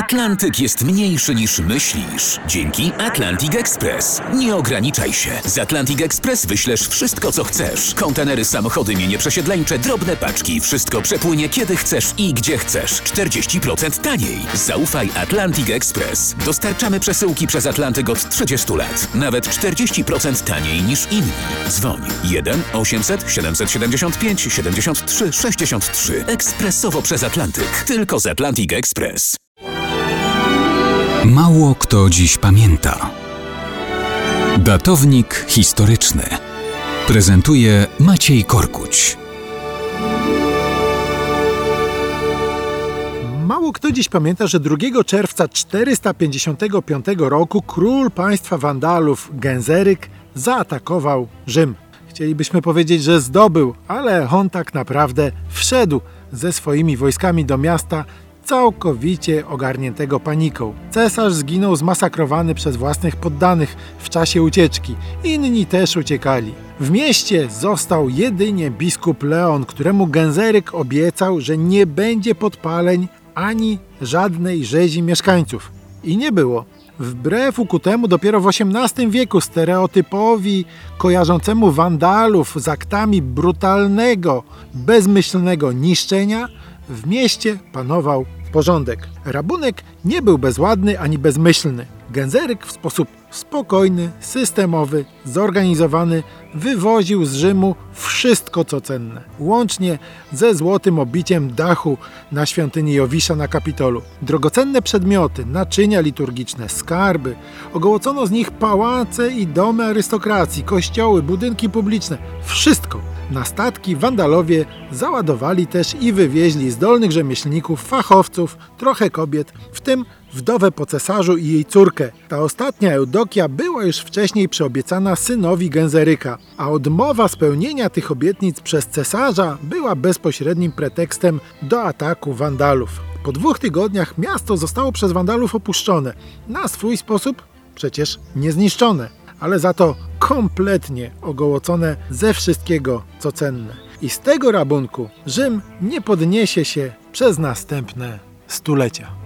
Atlantyk jest mniejszy niż myślisz. Dzięki Atlantic Express. Nie ograniczaj się. Z Atlantic Express wyślesz wszystko, co chcesz. Kontenery, samochody, mienie przesiedleńcze, drobne paczki. Wszystko przepłynie kiedy chcesz i gdzie chcesz. 40% taniej. Zaufaj Atlantic Express. Dostarczamy przesyłki przez Atlantyk od 30 lat. Nawet 40% taniej niż inni. Dzwoń 1 800 775 73 63. Ekspresowo przez Atlantyk. Tylko z Atlantic Express. Mało kto dziś pamięta. Datownik historyczny. Prezentuje Maciej Korkuć. Mało kto dziś pamięta, że 2 czerwca 455 roku król państwa Wandalów Genzeryk zaatakował Rzym. Chcielibyśmy powiedzieć, że zdobył, ale on tak naprawdę wszedł ze swoimi wojskami do miasta całkowicie ogarniętego paniką. Cesarz zginął zmasakrowany przez własnych poddanych w czasie ucieczki. Inni też uciekali. W mieście został jedynie biskup Leon, któremu Genzeryk obiecał, że nie będzie podpaleń ani żadnej rzezi mieszkańców. I nie było. Wbrew ukutemu dopiero w XVIII wieku stereotypowi kojarzącemu Wandalów z aktami brutalnego, bezmyślnego niszczenia, w mieście panował porządek. Rabunek nie był bezładny ani bezmyślny. Genzeryk w sposób spokojny, systemowy, zorganizowany wywoził z Rzymu wszystko co cenne. Łącznie ze złotym obiciem dachu na świątyni Jowisza na Kapitolu. Drogocenne przedmioty, naczynia liturgiczne, skarby. Ogołocono z nich pałace i domy arystokracji, kościoły, budynki publiczne. Wszystko. Na statki Wandalowie załadowali też i wywieźli zdolnych rzemieślników, fachowców, trochę kobiet, w tym wdowę po cesarzu i jej córkę. Ta ostatnia, Eudokia, była już wcześniej przyobiecana synowi Genzeryka, a odmowa spełnienia tych obietnic przez cesarza była bezpośrednim pretekstem do ataku Wandalów. Po 2 tygodniach miasto zostało przez Wandalów opuszczone, na swój sposób przecież nie zniszczone, ale za to kompletnie ogołocone ze wszystkiego, co cenne. I z tego rabunku Rzym nie podniesie się przez następne stulecia.